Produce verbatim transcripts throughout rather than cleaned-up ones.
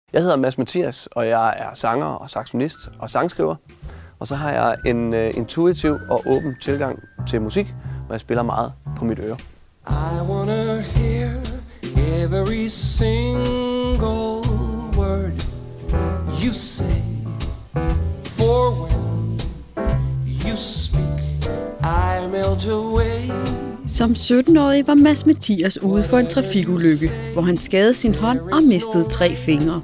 Jeg hedder Mads Mathias, og jeg er sanger og saxofonist og sangskriver. Og så har jeg en uh, intuitiv og åben tilgang til musik, og jeg spiller meget på mit øre. I wanna hear every single word you say, for when you speak, I melt away. Som sytten-årig var Mads Mathias ude for en trafikulykke, hvor han skadede sin hånd og mistede tre fingre.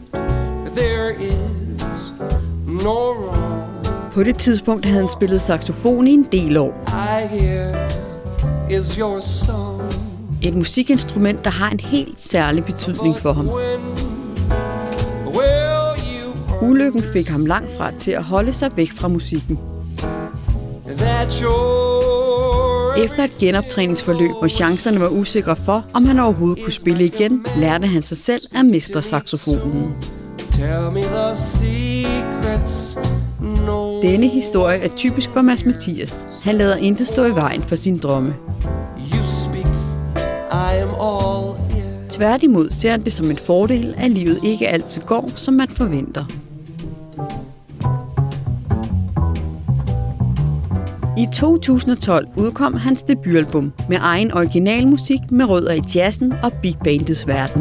På det tidspunkt havde han spillet saxofon i en del år. Et musikinstrument, der har en helt særlig betydning for ham. Ulykken fik ham langt fra til at holde sig væk fra musikken. Efter et genoptræningsforløb, hvor chancerne var usikre for, om han overhovedet kunne spille igen, lærte han sig selv at mestre saxofonen. Denne historie er typisk for Mads Mathias. Han lader intet stå i vejen for sine drømme. Tværtimod ser han det som en fordel, at livet ikke altid går, som man forventer. I to tusind og tolv udkom hans debutalbum med egen originalmusik med rødder i jazzen og big bandets verden.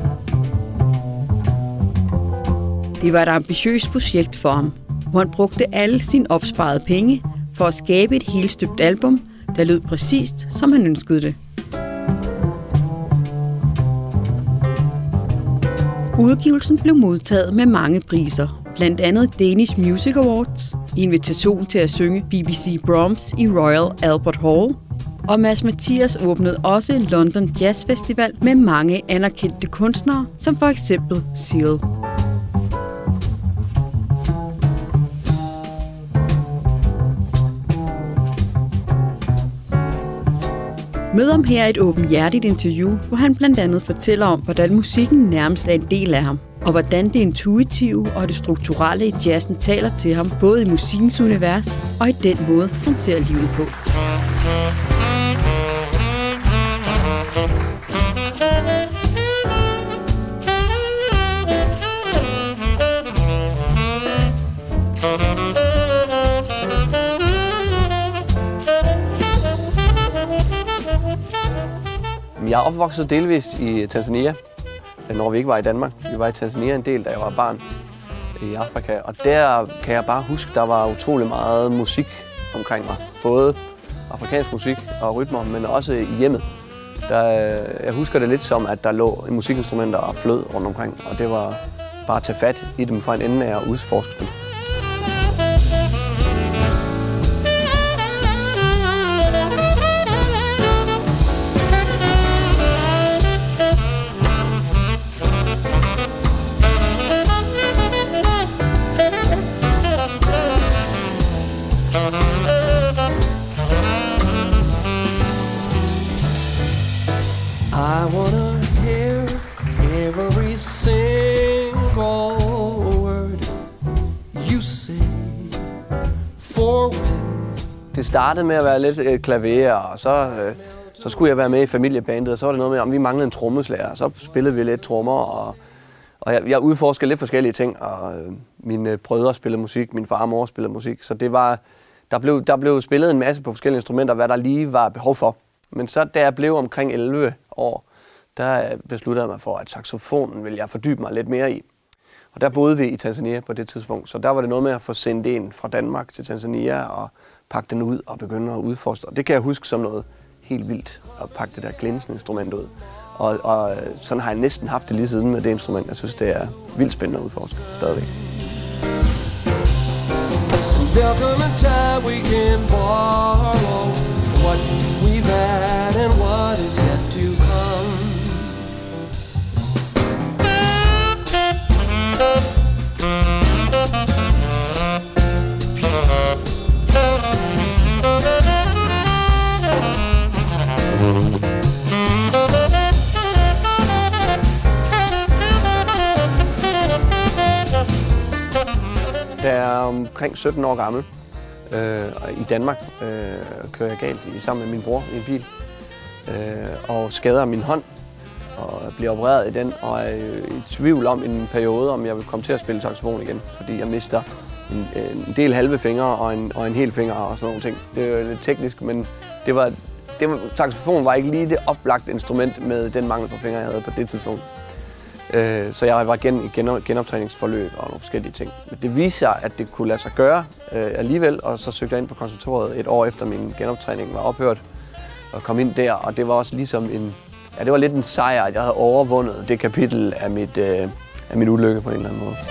Det var et ambitiøst projekt for ham, hvor han brugte alle sine opsparede penge for at skabe et helstøbt album, der lød præcist, som han ønskede det. Udgivelsen blev modtaget med mange priser, blandt andet Danish Music Awards, invitation til at synge B B C Brahms i Royal Albert Hall, og Mads Mathias åbnede også London Jazz Festival med mange anerkendte kunstnere, som for eksempel Seal. Mød ham her et åbenhjertigt interview, hvor han blandt andet fortæller om, hvordan musikken nærmest er en del af ham, og hvordan det intuitive og det strukturelle i jazzen taler til ham, både i musikkens univers og i den måde, han ser livet på. Jeg er opvokset delvist i Tanzania, når vi ikke var i Danmark. Vi var i Tanzania en del, da jeg var barn i Afrika. Og der kan jeg bare huske, der var utrolig meget musik omkring mig. Både afrikansk musik og rytmer, men også i hjemmet. Der, jeg husker det lidt som, at der lå musikinstrumenter og flød rundt omkring. Og det var bare at tage fat i dem fra en ende af at udforske dem. I wanna hear every single word you say, for when. Det startede med at være lidt øh, klaver, og så, øh, så skulle jeg være med i familiebandet, og så var det noget med, om vi manglede en trommeslager, og så spillede vi lidt trommer, og, og jeg, jeg udforskede lidt forskellige ting, og øh, mine brødre spillede musik, min far og mor spillede musik, så det var, der blev, der blev spillet en masse på forskellige instrumenter, hvad der lige var behov for. Men så da jeg blev omkring elleve år, der besluttede jeg mig for, at saxofonen ville jeg fordybe mig lidt mere i. Og der boede vi i Tanzania på det tidspunkt, så der var det noget med at få sendt en fra Danmark til Tanzania og pakke den ud og begynde at udforske. Og det kan jeg huske som noget helt vildt, at pakke det der glinsende instrument ud. Og, og sådan har jeg næsten haft det lige siden med det instrument. Jeg synes, det er vildt spændende at udforske stadigvæk. There'll come a time we can borrow what we've had and what is yet to come. Da jeg er omkring sytten år gammel, øh, i Danmark øh, kører jeg galt i, sammen med min bror i en bil øh, og skader min hånd. og bliver opereret i den, og er i tvivl om en periode, om jeg vil komme til at spille saxofon igen, fordi jeg mister en, en del halve fingre og en, og en hel finger og sådan nogle ting. Det er jo lidt teknisk, men det var, det var, saxofon var ikke lige det oplagte instrument med den mangel på fingre, jeg havde på det tidspunkt. Øh, så jeg var igen i genop, genoptræningsforløb og nogle forskellige ting. Men det viste sig, at det kunne lade sig gøre øh, alligevel, og så søgte jeg ind på konservatoriet et år efter min genoptræning var ophørt og kom ind der, og det var også ligesom en, ja, det var lidt en sejr, at jeg havde overvundet det kapitel af mit, øh, af mit ulykke på en eller anden måde.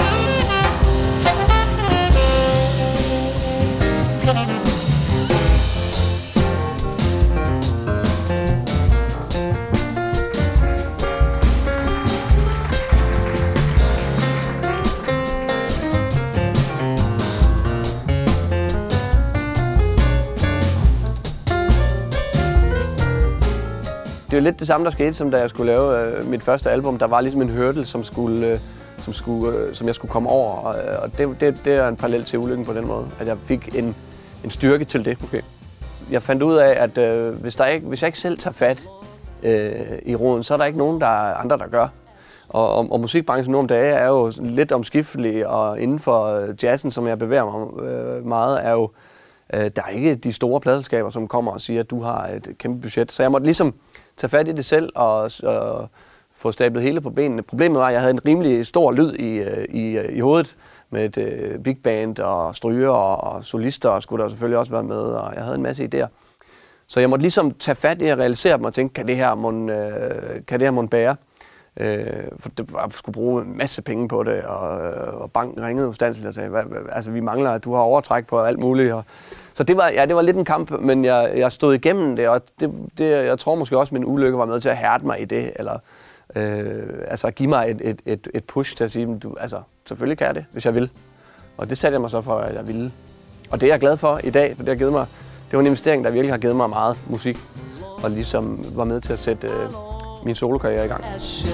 Det er jo lidt det samme, der skete, som da jeg skulle lave øh, mit første album. Der var ligesom en hurdle, som, skulle, øh, som, skulle, øh, som jeg skulle komme over. Og, og det, det, det er en parallel til ulykken på den måde, at jeg fik en, en styrke til det. Okay. Jeg fandt ud af, at øh, hvis, der ikke, hvis jeg ikke selv tager fat øh, i roden, så er der ikke nogen der er andre, der gør. Og, og, og musikbranchen nu om dage er jo lidt omskiftelig, og inden for jazzen, som jeg bevæger mig øh, meget, er jo, øh, der er ikke de store pladeselskaber, som kommer og siger, at du har et kæmpe budget. Så jeg måtte ligesom tage fat i det selv og, og få stablet hele på benene. Problemet var, at jeg havde en rimelig stor lyd i, i, i hovedet med et uh, big band og stryger og, og solister, og skulle der selvfølgelig også være med, og jeg havde en masse idéer. Så jeg måtte ligesom tage fat i at realisere dem og tænke, kan det her mon, øh, kan det her mon bære? Øh, for det, jeg skulle bruge en masse penge på det, og, og banken ringede ustandsligt og sagde, hvad, hvad, altså vi mangler, at du har overtræk på alt muligt. Og, så det var, ja, det var lidt en kamp, men jeg, jeg stod igennem det, og det, det, jeg tror måske også, at min ulykke var med til at hærde mig i det, eller øh, altså at give mig et, et, et, et push til at sige, du, altså selvfølgelig kan jeg det, hvis jeg vil. Og det satte jeg mig så for, at jeg ville. Og det er jeg glad for i dag, for det har givet mig, det var en investering, der virkelig har givet mig meget musik, og ligesom var med til at sætte øh, min solokarriere i gang.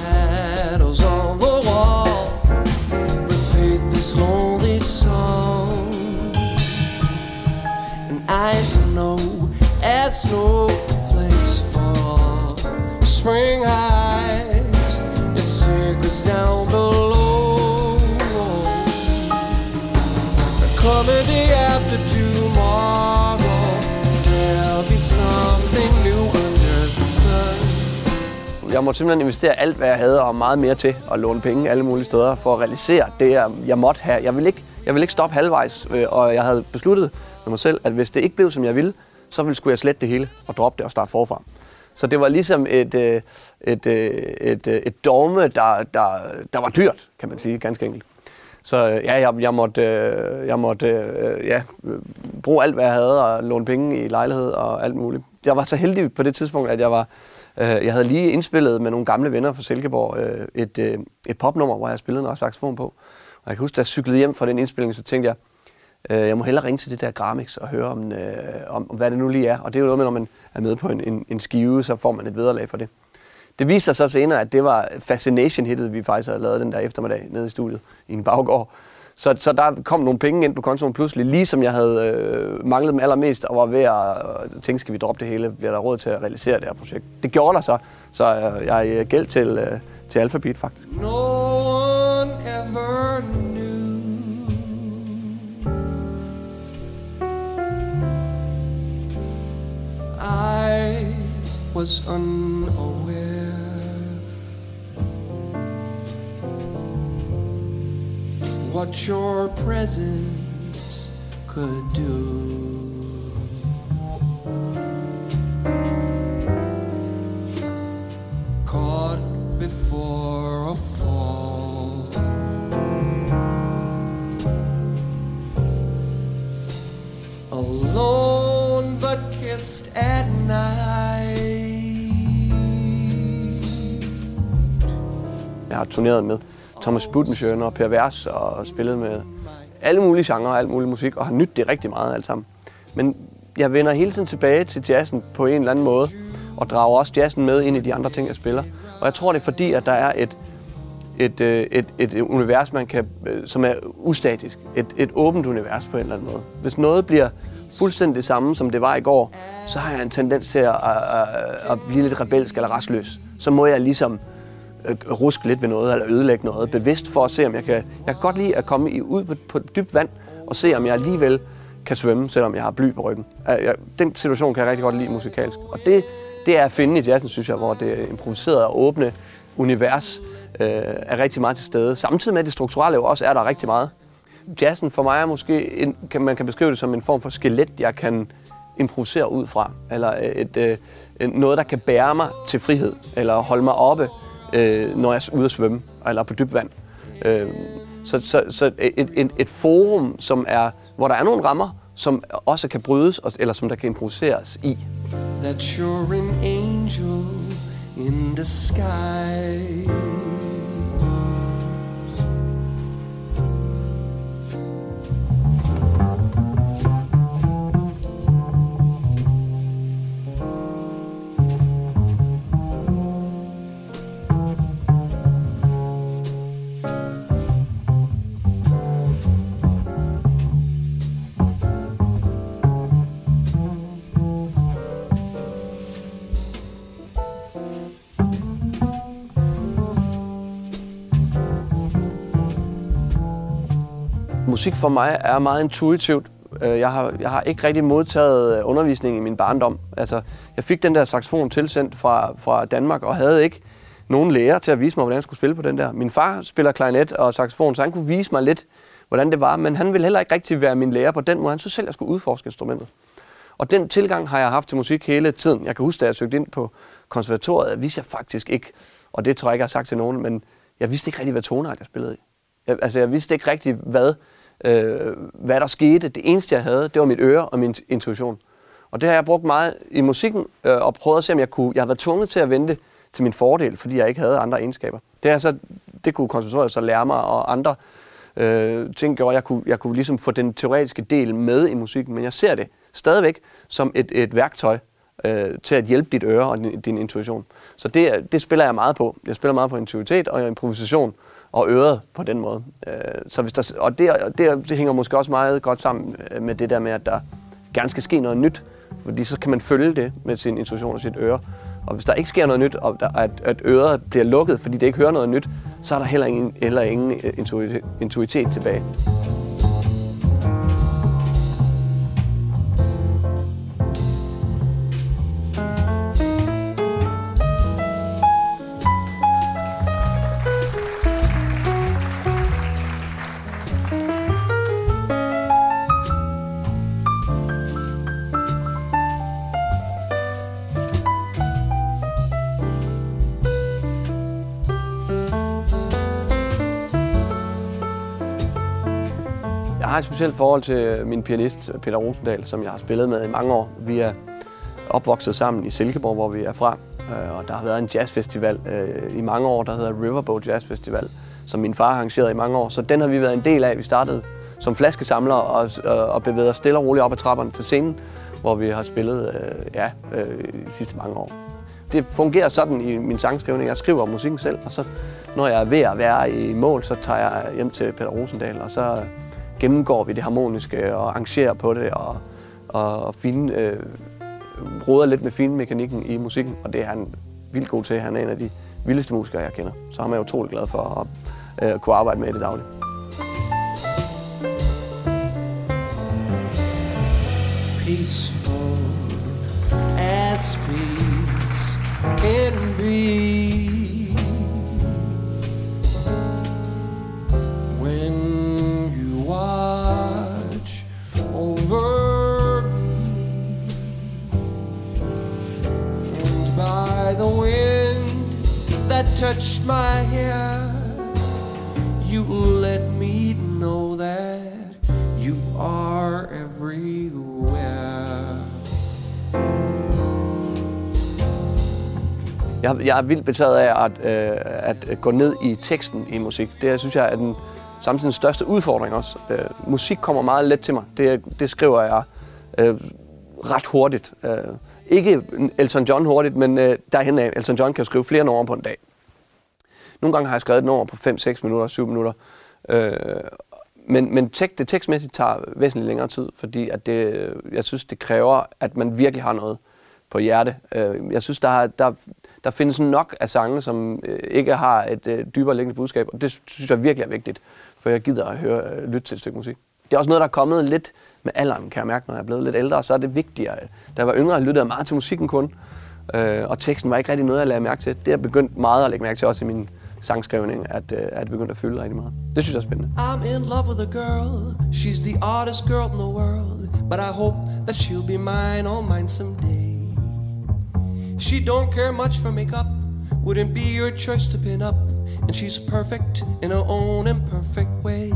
I know as snowflakes fall, spring hides its secrets down below. Come day after tomorrow, there'll be something new under the sun. Jeg måtte simpelthen investere alt, hvad jeg havde, og meget mere til at låne penge alle mulige steder for at realisere det, jeg, jeg måtte have. Jeg ville ikke, jeg ville ikke stoppe halvvejs, og jeg havde besluttet med mig selv, at hvis det ikke blev, som jeg ville, så ville skulle jeg slette det hele og droppe det og starte forfra. Så det var ligesom et, et, et, et, et dogme, der, der, der var dyrt, kan man sige, ganske enkelt. Så ja, jeg, jeg måtte, jeg måtte ja, bruge alt, hvad jeg havde, og låne penge i lejlighed og alt muligt. Jeg var så heldig på det tidspunkt, at jeg var jeg havde lige indspillet med nogle gamle venner fra Silkeborg et, et popnummer, hvor jeg spillede noget saxofon på. Og jeg kan huske, da jeg cyklede hjem fra den indspilling, så tænkte jeg, jeg må hellere ringe til det der Gramix og høre om, øh, om, om, hvad det nu lige er. Og det er jo noget med, når man er med på en, en, en skive, så får man et vederlag for det. Det viser sig så senere, at det var Fascination-hittet, vi faktisk havde lavet den der eftermiddag nede i studiet i en baggård. Så, så der kom nogle penge ind på kontoen pludselig, lige som jeg havde øh, manglet dem allermest, og var ved at øh, tænke, skal vi droppe det hele? Bliver der råd til at realisere det her projekt? Det gjorde der så, så øh, jeg er gæld til, øh, til Alphabet faktisk. No one ever knew. I was unaware what your presence could do. Caught before a fall, alone but kissed at night. Jeg har turneret med Thomas Budmesjøen og Per Vers og spillet med alle mulige genrer og al mulig musik, og har nydt det rigtig meget alt sammen. Men jeg vender hele tiden tilbage til jazzen på en eller anden måde, og drager også jazzen med ind i de andre ting, jeg spiller. Og jeg tror, det er fordi, at der er et, et, et, et, et univers, man kan, som er ustatisk. Et, et åbent univers på en eller anden måde. Hvis noget bliver fuldstændig det samme, som det var i går, så har jeg en tendens til at, at, at blive lidt rebelsk eller rastløs. så må jeg ligesom øh, ruske lidt ved noget, eller ødelægge noget, bevidst for at se, om jeg kan... Jeg kan godt lide at komme i, ud på, på dybt vand, og se, om jeg alligevel kan svømme, selvom jeg har bly på ryggen. Jeg, den situation kan jeg rigtig godt lide musikalsk. Og det, det er at finde i jazzen, synes jeg, hvor det improviserede og åbne univers øh, er rigtig meget til stede. Samtidig med, at det strukturelle jo også er der rigtig meget. Jazzen for mig er måske, en, kan, man kan beskrive det som en form for skelet, jeg kan improvisere ud fra. Eller et, et, et, noget, der kan bære mig til frihed, eller holde mig oppe, øh, når jeg er ude at svømme, eller på dybt vand. Øh, så så, så et, et, et forum, som er, hvor der er nogle rammer, som også kan brydes, eller som der kan improviseres i. That you're an angel in the sky. Musik for mig er meget intuitivt. Jeg har, jeg har ikke rigtig modtaget undervisning i min barndom. Altså, jeg fik den der saxofon tilsendt fra, fra Danmark, og havde ikke nogen lærer til at vise mig, hvordan jeg skulle spille på den der. Min far spiller klarinet og saxofon, så han kunne vise mig lidt, hvordan det var, men han ville heller ikke rigtig være min lærer på den måde. Han synes selv, at jeg skulle udforske instrumentet. Og den tilgang har jeg haft til musik hele tiden. Jeg kan huske, da jeg søgte ind på konservatoriet, vidste jeg faktisk ikke, og det tror jeg ikke, jeg har sagt til nogen, men jeg vidste ikke rigtig, hvad tonart jeg spillede i. Jeg, altså, jeg vidste ikke rigtig, hvad Øh, hvad der skete. Det eneste, jeg havde, det var mit øre og min intuition. Og det har jeg brugt meget i musikken, øh, og prøvet at se, om jeg kunne... Jeg har været tvunget til at vente til min fordel, fordi jeg ikke havde andre egenskaber. Det, er så, det kunne konservatoriet så lære mig, og andre øh, ting gjorde, jeg kunne, jeg kunne ligesom få den teoretiske del med i musikken, men jeg ser det stadigvæk som et, et værktøj øh, til at hjælpe dit øre og din, din intuition. Så det, det spiller jeg meget på. Jeg spiller meget på intuitet og improvisation, og øret på den måde. Så hvis der, og det, det, det hænger måske også meget godt sammen med det der med, at der gerne skal ske noget nyt, fordi så kan man følge det med sin intuition og sit øre. Og hvis der ikke sker noget nyt, og der, at, at øret bliver lukket, fordi det ikke hører noget nyt, så er der heller ingen, eller ingen intuitet, intuitet tilbage. Jeg har et specielt forhold til min pianist, Peter Rosendahl, som jeg har spillet med i mange år. Vi er opvokset sammen i Silkeborg, hvor vi er fra, og der har været en jazzfestival i mange år, der hedder Riverboat Jazzfestival, som min far har arrangeret i mange år. Så den har vi været en del af. Vi startede som flaskesamlere og, og bevægede os stille og roligt op ad trapperne til scenen, hvor vi har spillet ja, de sidste mange år. Det fungerer sådan i min sangskrivning. Jeg skriver musikken selv, og så når jeg er ved at være i mål, så tager jeg hjem til Peter Rosendahl, og så gennemgår vi det harmoniske og arrangerer på det og, og fine, øh, råder lidt med finmekanikken i musikken, og det er han vildt god til. Han er en af de vildeste musikere, jeg kender, så ham er jeg utrolig glad for at øh, kunne arbejde med i det daglige. Peaceful as peace can be. That touched my hair, you let me know that you are everywhere. Jeg, jeg er vildt betaget af at, øh, at gå ned i teksten i musik. Det synes jeg er den, samtidig den største udfordring også. Øh, musik kommer meget let til mig. Det, det skriver jeg øh, ret hurtigt. Øh, ikke Elton John hurtigt, men øh, derhen af. Elton John kan skrive flere numre på en dag. Nogle gange har jeg skrevet et nummer på fem seks minutter, syv minutter. Øh, men men tek, det tekstmæssigt tager væsentligt længere tid, fordi at det, jeg synes, det kræver, at man virkelig har noget på hjerte. Øh, jeg synes, der, der, der findes nok af sange, som øh, ikke har et øh, dybere liggende budskab, og det synes jeg virkelig er vigtigt, for jeg gider at høre, øh, lytte til et stykke musik. Det er også noget, der er kommet lidt med alderen, kan jeg mærke, når jeg er blevet lidt ældre, så er det vigtigere. Da jeg var yngre, lyttede jeg meget til musikken kun, øh, og teksten var ikke rigtig noget, jeg lagde mærke til. Det er begyndt meget at lægge mærke til også i min sangskrivning, at, øh, at det begyndte at fylde rigtig meget. Det synes jeg er spændende. I'm in love with a girl, she's the oddest girl in the world, but I hope that she'll be mine, all mine someday. She don't care much for makeup, wouldn't be your choice to pin up, and she's perfect in her own imperfect way.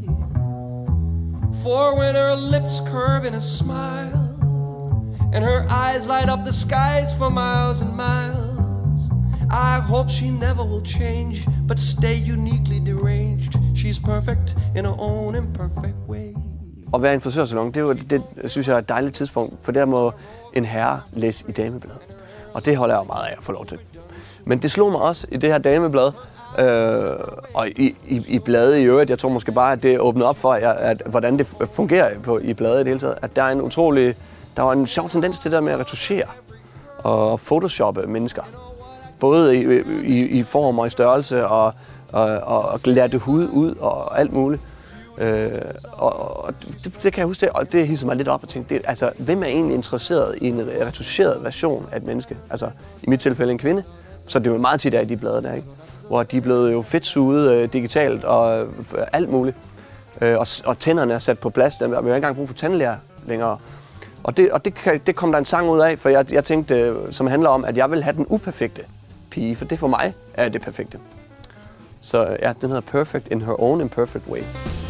For when her lips curve in a smile, and her eyes light up the skies for miles and miles, I hope she never will change, but stay uniquely deranged. She's perfect in her own imperfect way. At være i en frisørsalon, det, er jo, det synes jeg er et dejligt tidspunkt, for der må en herre læse i damebladet. Og det holder jeg jo meget af at få lov til. Men det slog mig også i det her dameblad, øh, og i, i, i bladet i øvrigt. Jeg tror måske bare, at det åbnede op for, at, at, hvordan det fungerer på, i bladet i det hele taget. At der er en utrolig, der var en sjov tendens til det der med at retuschere og photoshoppe mennesker. Både i, i, i form og i størrelse, og, og, og, og glatte hud ud og alt muligt. Øh, og, og det, det kan jeg huske, og det hisser mig lidt op og tænkte, det, altså, hvem er egentlig interesseret i en retuscheret version af et menneske? Altså, i mit tilfælde en kvinde, så det er jo meget tit af de blade der, ikke? Hvor de er blevet jo fedtsuget øh, digitalt og øh, alt muligt. Øh, og, og tænderne er sat på plads, der vi har ikke engang brug for tandlæger længere. Og, det, og det, det kom der en sang ud af, for jeg, jeg tænkte, øh, som handler om, at jeg vil have den uperfekte pige, for det for mig er det perfekte. Så ja, den hedder Perfect in Her Own Imperfect Way.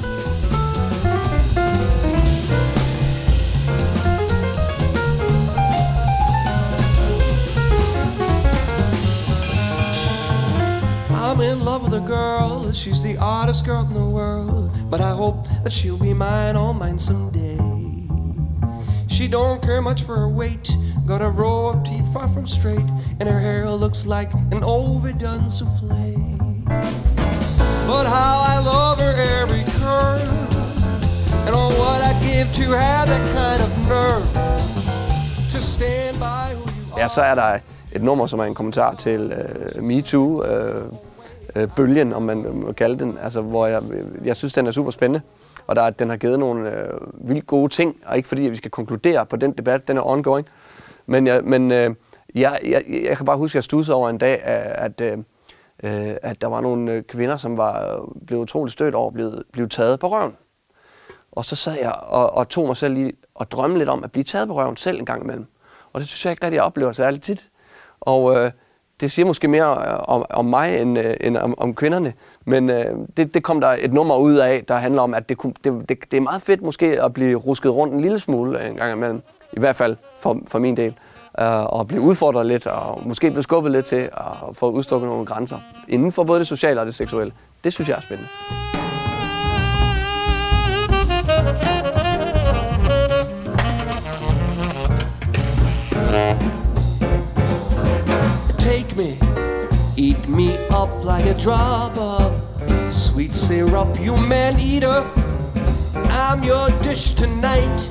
I'm in love with a girl, she's the oddest girl in the world, but I hope that she'll be mine, all mine someday. She don't care much for her weight, got a row of teeth far from straight, and her hair looks like an overdone souffle. But how I love her every curve, and oh what I'd give to have that kind of nerve, to stand by who you are. Ja, så er der et nummer, som er en kommentar til uh, MeToo, uh, bølgen, om man må kalde den, altså, hvor jeg, jeg synes, den er super spændende, og der, den har givet nogle øh, vildt gode ting, og ikke fordi, at vi skal konkludere på den debat, den er ongoing, men, jeg, men øh, jeg, jeg, jeg kan bare huske, at jeg studsede over en dag, at, at, øh, at der var nogle kvinder, som var blevet utroligt stødt over at blive, blive taget på røven. Og så sad jeg og, og tog mig selv lige og drømte lidt om at blive taget på røven selv en gang imellem. Og det synes jeg ikke rigtig, jeg oplever særligt tit. Og øh, det siger måske mere om, om mig end, øh, end om, om kvinderne, men øh, det, det kom der et nummer ud af, der handler om, at det, det, det, det er meget fedt måske at blive rusket rundt en lille smule en gang imellem, i hvert fald for, for min del, øh, og blive udfordret lidt, og måske blive skubbet lidt til at få udstukket nogle grænser inden for både det sociale og det seksuelle. Det synes jeg er spændende. Take me, eat me up like a drop of sweet syrup, you man-eater. I'm your dish tonight.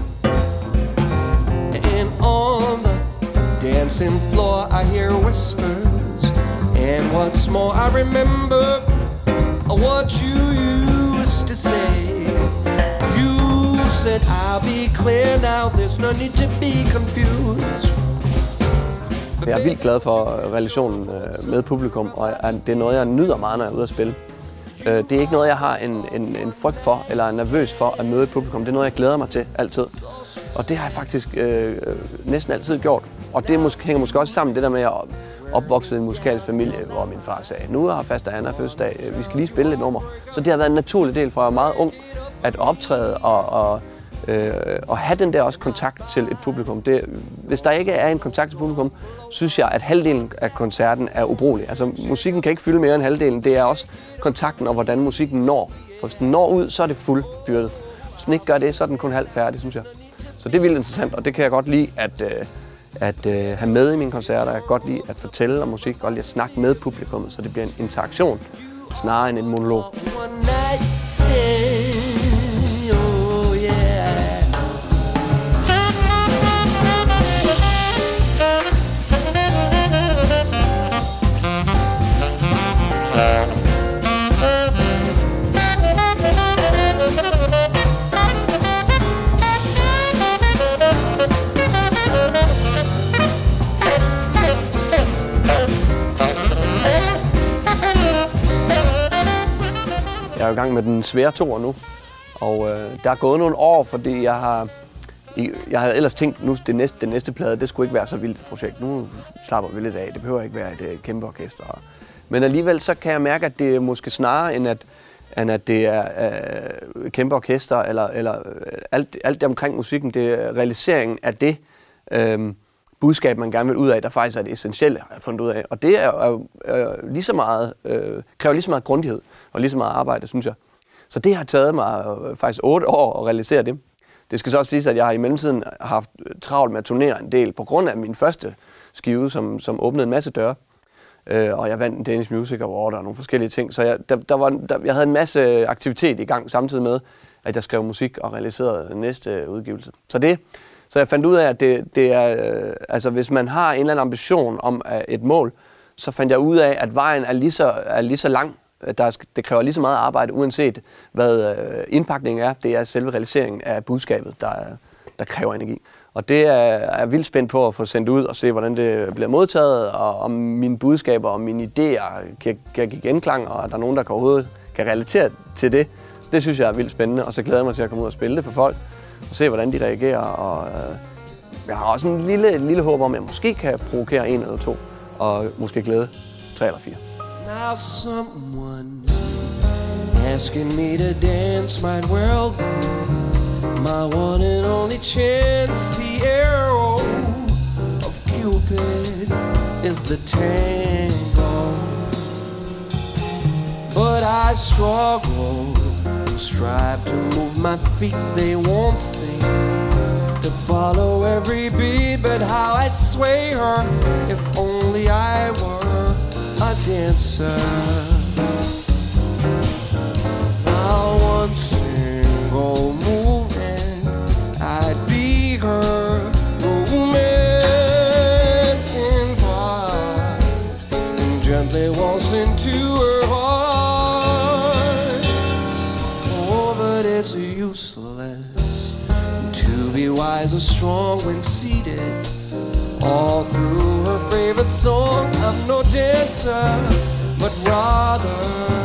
And on the dancing floor I hear whispers, and what's more I remember what you used to say. You said I'll be clear now, there's no need to be confused. Jeg er vildt glad for relationen med publikum, og det er noget, jeg nyder meget, når jeg er ude at spille. Det er ikke noget, jeg har en, en, en frygt for, eller er nervøs for at møde et publikum. Det er noget, jeg glæder mig til altid. Og det har jeg faktisk øh, næsten altid gjort. Og det måske, hænger måske også sammen det der med, at jeg opvokset i en musikalsk familie, hvor min far sagde, nu har faster Anna fødselsdag, vi skal lige spille et nummer. Så det har været en naturlig del, fra jeg er meget ung, at optræde og, og Øh, og have den der også kontakt til et publikum. Det, hvis der ikke er en kontakt til publikum, synes jeg, at halvdelen af koncerten er ubrugelig. Altså, musikken kan ikke fylde mere end halvdelen. Det er også kontakten og hvordan musikken når. For hvis den når ud, så er det fuldbyrdet. Hvis den ikke gør det, så er den kun halvt færdig, synes jeg. Så det er vildt interessant, og det kan jeg godt lide at, øh, at øh, have med i mine koncerter. Jeg kan godt lide at fortælle om musik, godt lide at snakke med publikummet, så det bliver en interaktion snarere end en monolog. Jeg er jo i gang med den svære toer nu, og øh, der er gået nogle år, fordi jeg har, jeg havde ellers tænkt, nu det næste, det næste plade, det skulle ikke være så vildt et projekt. Nu slapper vi lidt af, det behøver ikke være et, et kæmpe orkester. Men alligevel så kan jeg mærke, at det er måske snarere, end at, end at det er øh, kæmpe orkester, eller, eller alt, alt det omkring musikken, det er realiseringen af det øh, budskab, man gerne vil ud af, der faktisk er det essentielle, har jeg fundet ud af. Og det er jo øh, lige så meget, øh, kræver lige så meget grundighed og lige så meget arbejde, synes jeg. Så det har taget mig øh, faktisk otte år at realisere det. Det skal så også siges, at jeg har i mellemtiden haft travlt med at turnere en del på grund af min første skive, som, som åbnede en masse døre. Øh, og jeg vandt en Danish Music Award og nogle forskellige ting. Så jeg, der, der var, der, jeg havde en masse aktivitet i gang samtidig med, at jeg skrev musik og realiserede næste udgivelse. Så det, så jeg fandt ud af, at det, det er, øh, altså hvis man har en eller anden ambition om uh, et mål, så fandt jeg ud af, at vejen er lige så, er lige så lang. Der, det kræver lige så meget arbejde, uanset hvad øh, indpakningen er. Det er selve realiseringen af budskabet, der, der kræver energi. Og det er jeg vildt spændt på at få sendt ud og se, hvordan det bliver modtaget, og om mine budskaber og mine idéer kan, kan give genklang, og at der er nogen, der kan overhovedet kan relatere til det. Det synes jeg er vildt spændende, og så glæder jeg mig til at komme ud og spille det for folk, og se, hvordan de reagerer. Og øh, jeg har også en lille, en lille håb om, at jeg måske kan provokere en eller to, og måske glæde tre eller fire. Now someone asking me to dance might well be my one and only chance. The arrow of Cupid is the tango, but I struggle, strive to move my feet, they won't sing, to follow every beat, but how I'd sway her if only I were a dancer. Now one single move and I'd be her romancing bride, and gently waltz into her heart. Oh, but it's useless to be wise or strong when seated all through her favorite song. I'm no dancer, but rather